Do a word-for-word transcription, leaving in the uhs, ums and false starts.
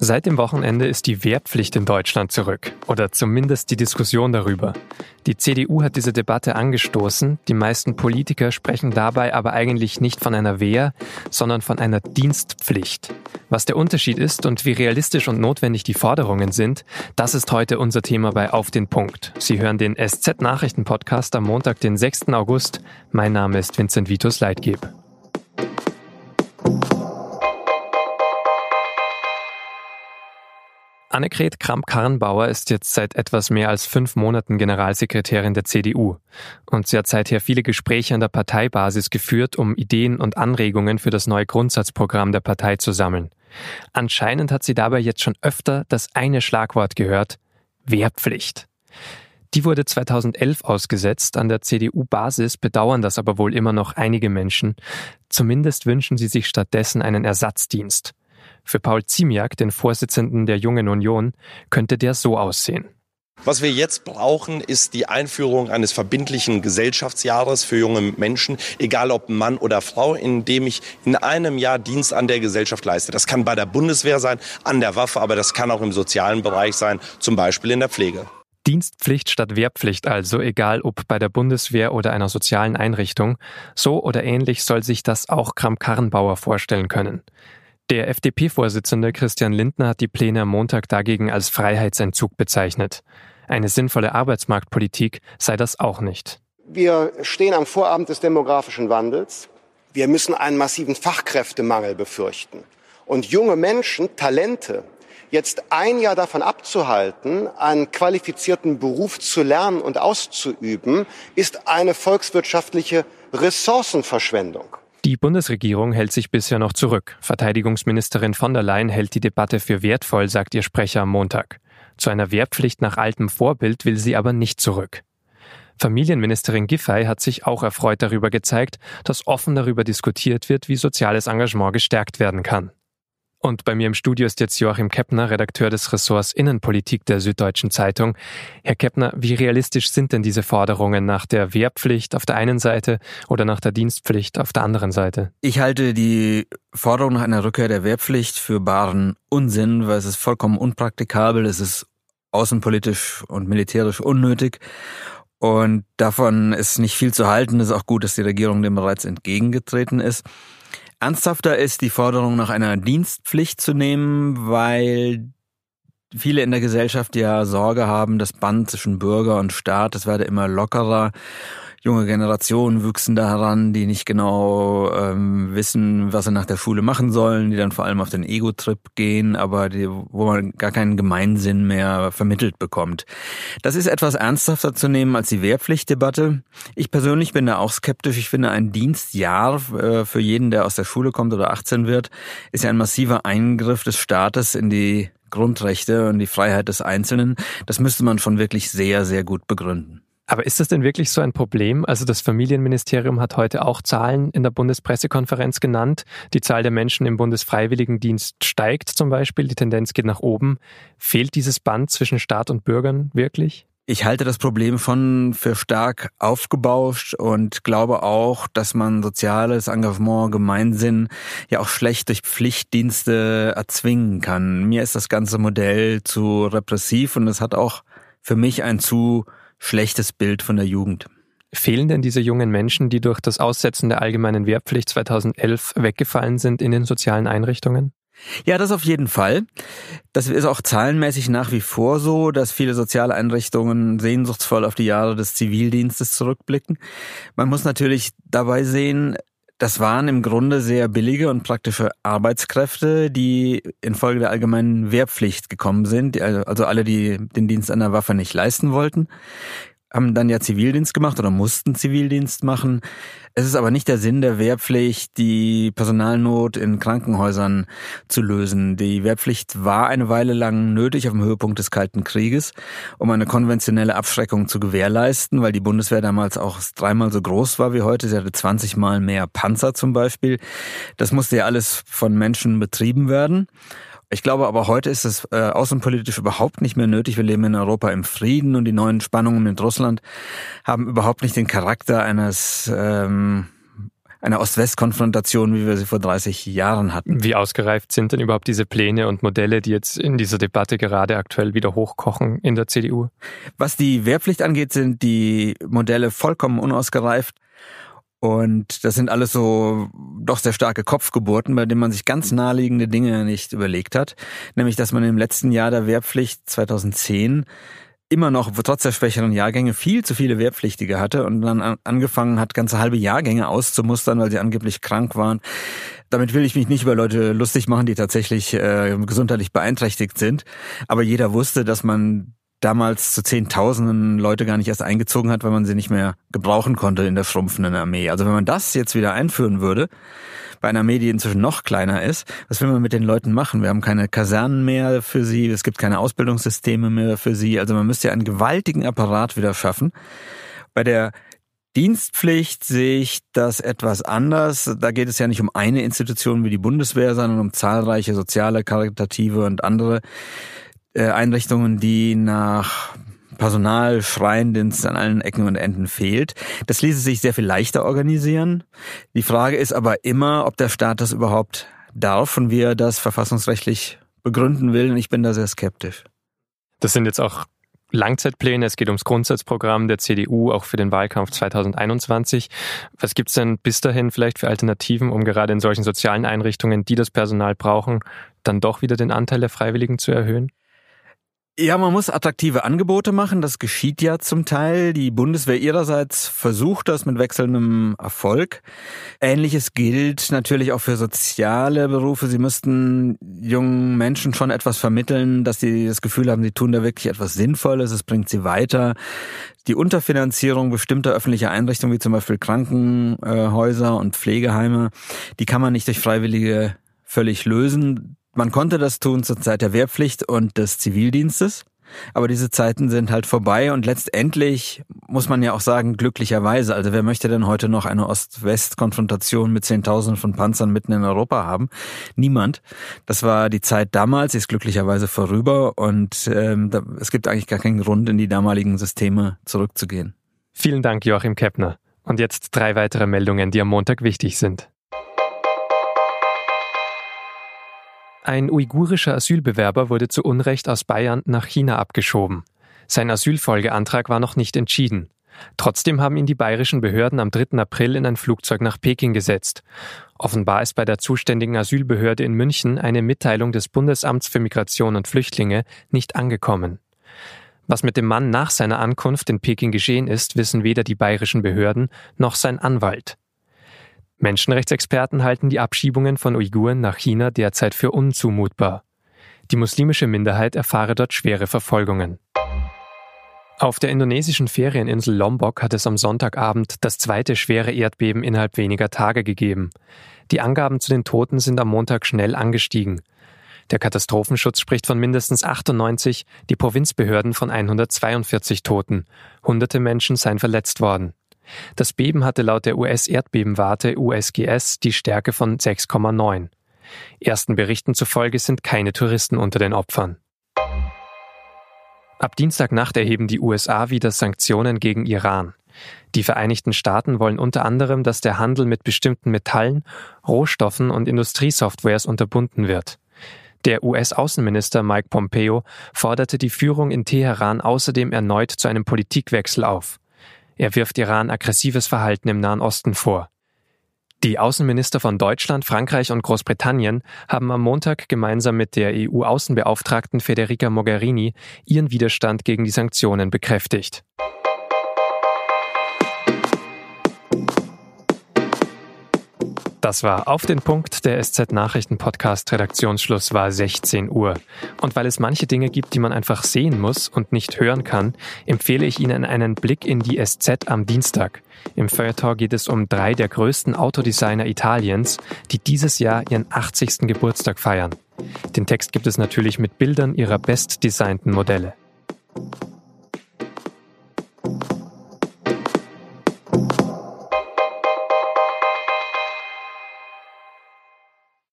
Seit dem Wochenende ist die Wehrpflicht in Deutschland zurück. Oder zumindest die Diskussion darüber. Die C D U hat diese Debatte angestoßen. Die meisten Politiker sprechen dabei aber eigentlich nicht von einer Wehr, sondern von einer Dienstpflicht. Was der Unterschied ist und wie realistisch und notwendig die Forderungen sind, das ist heute unser Thema bei Auf den Punkt. Sie hören den S Z-Nachrichten-Podcast am Montag, den sechsten August. Mein Name ist Vincent Vitus Leitgeb. Annegret Kramp-Karrenbauer ist jetzt seit etwas mehr als fünf Monaten Generalsekretärin der C D U. Und sie hat seither viele Gespräche an der Parteibasis geführt, um Ideen und Anregungen für das neue Grundsatzprogramm der Partei zu sammeln. Anscheinend hat sie dabei jetzt schon öfter das eine Schlagwort gehört: Wehrpflicht. Die wurde zweitausendelf ausgesetzt. An der C D U-Basis bedauern das aber wohl immer noch einige Menschen. Zumindest wünschen sie sich stattdessen einen Ersatzdienst. Für Paul Ziemiak, den Vorsitzenden der Jungen Union, könnte der so aussehen. Was wir jetzt brauchen, ist die Einführung eines verbindlichen Gesellschaftsjahres für junge Menschen, egal ob Mann oder Frau, in dem ich in einem Jahr Dienst an der Gesellschaft leiste. Das kann bei der Bundeswehr sein, an der Waffe, aber das kann auch im sozialen Bereich sein, zum Beispiel in der Pflege. Dienstpflicht statt Wehrpflicht also, egal ob bei der Bundeswehr oder einer sozialen Einrichtung. So oder ähnlich soll sich das auch Kramp-Karrenbauer vorstellen können. Der F D P-Vorsitzende Christian Lindner hat die Pläne am Montag dagegen als Freiheitsentzug bezeichnet. Eine sinnvolle Arbeitsmarktpolitik sei das auch nicht. Wir stehen am Vorabend des demografischen Wandels. Wir müssen einen massiven Fachkräftemangel befürchten. Und junge Menschen, Talente, jetzt ein Jahr davon abzuhalten, einen qualifizierten Beruf zu lernen und auszuüben, ist eine volkswirtschaftliche Ressourcenverschwendung. Die Bundesregierung hält sich bisher noch zurück. Verteidigungsministerin von der Leyen hält die Debatte für wertvoll, sagt ihr Sprecher am Montag. Zu einer Wehrpflicht nach altem Vorbild will sie aber nicht zurück. Familienministerin Giffey hat sich auch erfreut darüber gezeigt, dass offen darüber diskutiert wird, wie soziales Engagement gestärkt werden kann. Und bei mir im Studio ist jetzt Joachim Keppner, Redakteur des Ressorts Innenpolitik der Süddeutschen Zeitung. Herr Keppner, wie realistisch sind denn diese Forderungen nach der Wehrpflicht auf der einen Seite oder nach der Dienstpflicht auf der anderen Seite? Ich halte die Forderung nach einer Rückkehr der Wehrpflicht für baren Unsinn, weil es ist vollkommen unpraktikabel, es ist außenpolitisch und militärisch unnötig. Und davon ist nicht viel zu halten. Es ist auch gut, dass die Regierung dem bereits entgegengetreten ist. Ernsthafter ist die Forderung nach einer Dienstpflicht zu nehmen, weil viele in der Gesellschaft ja Sorge haben, das Band zwischen Bürger und Staat, das werde immer lockerer. Junge Generationen wüchsen da heran, die nicht genau ähm, wissen, was sie nach der Schule machen sollen, die dann vor allem auf den Ego-Trip gehen, aber die, wo man gar keinen Gemeinsinn mehr vermittelt bekommt. Das ist etwas ernsthafter zu nehmen als die Wehrpflichtdebatte. Ich persönlich bin da auch skeptisch. Ich finde, ein Dienstjahr äh, für jeden, der aus der Schule kommt oder achtzehn wird, ist ja ein massiver Eingriff des Staates in die Grundrechte und die Freiheit des Einzelnen. Das müsste man schon wirklich sehr, sehr gut begründen. Aber ist das denn wirklich so ein Problem? Also das Familienministerium hat heute auch Zahlen in der Bundespressekonferenz genannt. Die Zahl der Menschen im Bundesfreiwilligendienst steigt zum Beispiel, die Tendenz geht nach oben. Fehlt dieses Band zwischen Staat und Bürgern wirklich? Ich halte das Problem schon für stark aufgebauscht und glaube auch, dass man soziales Engagement, Gemeinsinn ja auch schlecht durch Pflichtdienste erzwingen kann. Mir ist das ganze Modell zu repressiv und es hat auch für mich ein zu schlechtes Bild von der Jugend. Fehlen denn diese jungen Menschen, die durch das Aussetzen der allgemeinen Wehrpflicht zweitausendelf weggefallen sind in den sozialen Einrichtungen? Ja, das auf jeden Fall. Das ist auch zahlenmäßig nach wie vor so, dass viele soziale Einrichtungen sehnsuchtsvoll auf die Jahre des Zivildienstes zurückblicken. Man muss natürlich dabei sehen, das waren im Grunde sehr billige und praktische Arbeitskräfte, die infolge der allgemeinen Wehrpflicht gekommen sind. Also alle, die den Dienst an der Waffe nicht leisten wollten, haben dann ja Zivildienst gemacht oder mussten Zivildienst machen. Es ist aber nicht der Sinn der Wehrpflicht, die Personalnot in Krankenhäusern zu lösen. Die Wehrpflicht war eine Weile lang nötig auf dem Höhepunkt des Kalten Krieges, um eine konventionelle Abschreckung zu gewährleisten, weil die Bundeswehr damals auch dreimal so groß war wie heute. Sie hatte zwanzig Mal mehr Panzer zum Beispiel. Das musste ja alles von Menschen betrieben werden. Ich glaube aber, heute ist es äh, außenpolitisch überhaupt nicht mehr nötig. Wir leben in Europa im Frieden und die neuen Spannungen mit Russland haben überhaupt nicht den Charakter eines ähm, einer Ost-West-Konfrontation, wie wir sie vor dreißig Jahren hatten. Wie ausgereift sind denn überhaupt diese Pläne und Modelle, die jetzt in dieser Debatte gerade aktuell wieder hochkochen in der C D U? Was die Wehrpflicht angeht, sind die Modelle vollkommen unausgereift. Und das sind alles so doch sehr starke Kopfgeburten, bei denen man sich ganz naheliegende Dinge nicht überlegt hat. Nämlich, dass man im letzten Jahr der Wehrpflicht zweitausendzehn immer noch, trotz der schwächeren Jahrgänge, viel zu viele Wehrpflichtige hatte und dann angefangen hat, ganze halbe Jahrgänge auszumustern, weil sie angeblich krank waren. Damit will ich mich nicht über Leute lustig machen, die tatsächlich äh, gesundheitlich beeinträchtigt sind. Aber jeder wusste, dass man damals zu Zehntausenden Leute gar nicht erst eingezogen hat, weil man sie nicht mehr gebrauchen konnte in der schrumpfenden Armee. Also wenn man das jetzt wieder einführen würde, bei einer Armee, die inzwischen noch kleiner ist, was will man mit den Leuten machen? Wir haben keine Kasernen mehr für sie, es gibt keine Ausbildungssysteme mehr für sie. Also man müsste ja einen gewaltigen Apparat wieder schaffen. Bei der Dienstpflicht sehe ich das etwas anders. Da geht es ja nicht um eine Institution wie die Bundeswehr, sondern um zahlreiche soziale, karitative und andere Einrichtungen, die nach Personal schreien, den es an allen Ecken und Enden fehlt. Das ließe sich sehr viel leichter organisieren. Die Frage ist aber immer, ob der Staat das überhaupt darf und wie er das verfassungsrechtlich begründen will. Und ich bin da sehr skeptisch. Das sind jetzt auch Langzeitpläne. Es geht ums Grundsatzprogramm der C D U, auch für den Wahlkampf zweitausendeinundzwanzig. Was gibt's denn bis dahin vielleicht für Alternativen, um gerade in solchen sozialen Einrichtungen, die das Personal brauchen, dann doch wieder den Anteil der Freiwilligen zu erhöhen? Ja, man muss attraktive Angebote machen, das geschieht ja zum Teil. Die Bundeswehr ihrerseits versucht das mit wechselndem Erfolg. Ähnliches gilt natürlich auch für soziale Berufe. Sie müssten jungen Menschen schon etwas vermitteln, dass sie das Gefühl haben, sie tun da wirklich etwas Sinnvolles, es bringt sie weiter. Die Unterfinanzierung bestimmter öffentlicher Einrichtungen, wie zum Beispiel Krankenhäuser und Pflegeheime, die kann man nicht durch Freiwillige völlig lösen. Man konnte das tun zur Zeit der Wehrpflicht und des Zivildienstes, aber diese Zeiten sind halt vorbei und letztendlich muss man ja auch sagen, glücklicherweise, also wer möchte denn heute noch eine Ost-West-Konfrontation mit Zehntausenden von Panzern mitten in Europa haben? Niemand. Das war die Zeit damals, sie ist glücklicherweise vorüber und ähm, da, es gibt eigentlich gar keinen Grund, in die damaligen Systeme zurückzugehen. Vielen Dank, Joachim Keppner. Und jetzt drei weitere Meldungen, die am Montag wichtig sind. Ein uigurischer Asylbewerber wurde zu Unrecht aus Bayern nach China abgeschoben. Sein Asylfolgeantrag war noch nicht entschieden. Trotzdem haben ihn die bayerischen Behörden am dritten April in ein Flugzeug nach Peking gesetzt. Offenbar ist bei der zuständigen Asylbehörde in München eine Mitteilung des Bundesamts für Migration und Flüchtlinge nicht angekommen. Was mit dem Mann nach seiner Ankunft in Peking geschehen ist, wissen weder die bayerischen Behörden noch sein Anwalt. Menschenrechtsexperten halten die Abschiebungen von Uiguren nach China derzeit für unzumutbar. Die muslimische Minderheit erfahre dort schwere Verfolgungen. Auf der indonesischen Ferieninsel Lombok hat es am Sonntagabend das zweite schwere Erdbeben innerhalb weniger Tage gegeben. Die Angaben zu den Toten sind am Montag schnell angestiegen. Der Katastrophenschutz spricht von mindestens achtundneunzig, die Provinzbehörden von hundertzweiundvierzig Toten. Hunderte Menschen seien verletzt worden. Das Beben hatte laut der U S-Erdbebenwarte U S G S die Stärke von sechs Komma neun. Ersten Berichten zufolge sind keine Touristen unter den Opfern. Ab Dienstagnacht erheben die U S A wieder Sanktionen gegen Iran. Die Vereinigten Staaten wollen unter anderem, dass der Handel mit bestimmten Metallen, Rohstoffen und Industriesoftwares unterbunden wird. Der U S-Außenminister Mike Pompeo forderte die Führung in Teheran außerdem erneut zu einem Politikwechsel auf. Er wirft Iran aggressives Verhalten im Nahen Osten vor. Die Außenminister von Deutschland, Frankreich und Großbritannien haben am Montag gemeinsam mit der E U-Außenbeauftragten Federica Mogherini ihren Widerstand gegen die Sanktionen bekräftigt. Das war Auf den Punkt. Der S Z-Nachrichten-Podcast. Redaktionsschluss war sechzehn Uhr. Und weil es manche Dinge gibt, die man einfach sehen muss und nicht hören kann, empfehle ich Ihnen einen Blick in die S Z am Dienstag. Im Feuilleton geht es um drei der größten Autodesigner Italiens, die dieses Jahr ihren achtzigsten Geburtstag feiern. Den Text gibt es natürlich mit Bildern ihrer bestdesignten Modelle.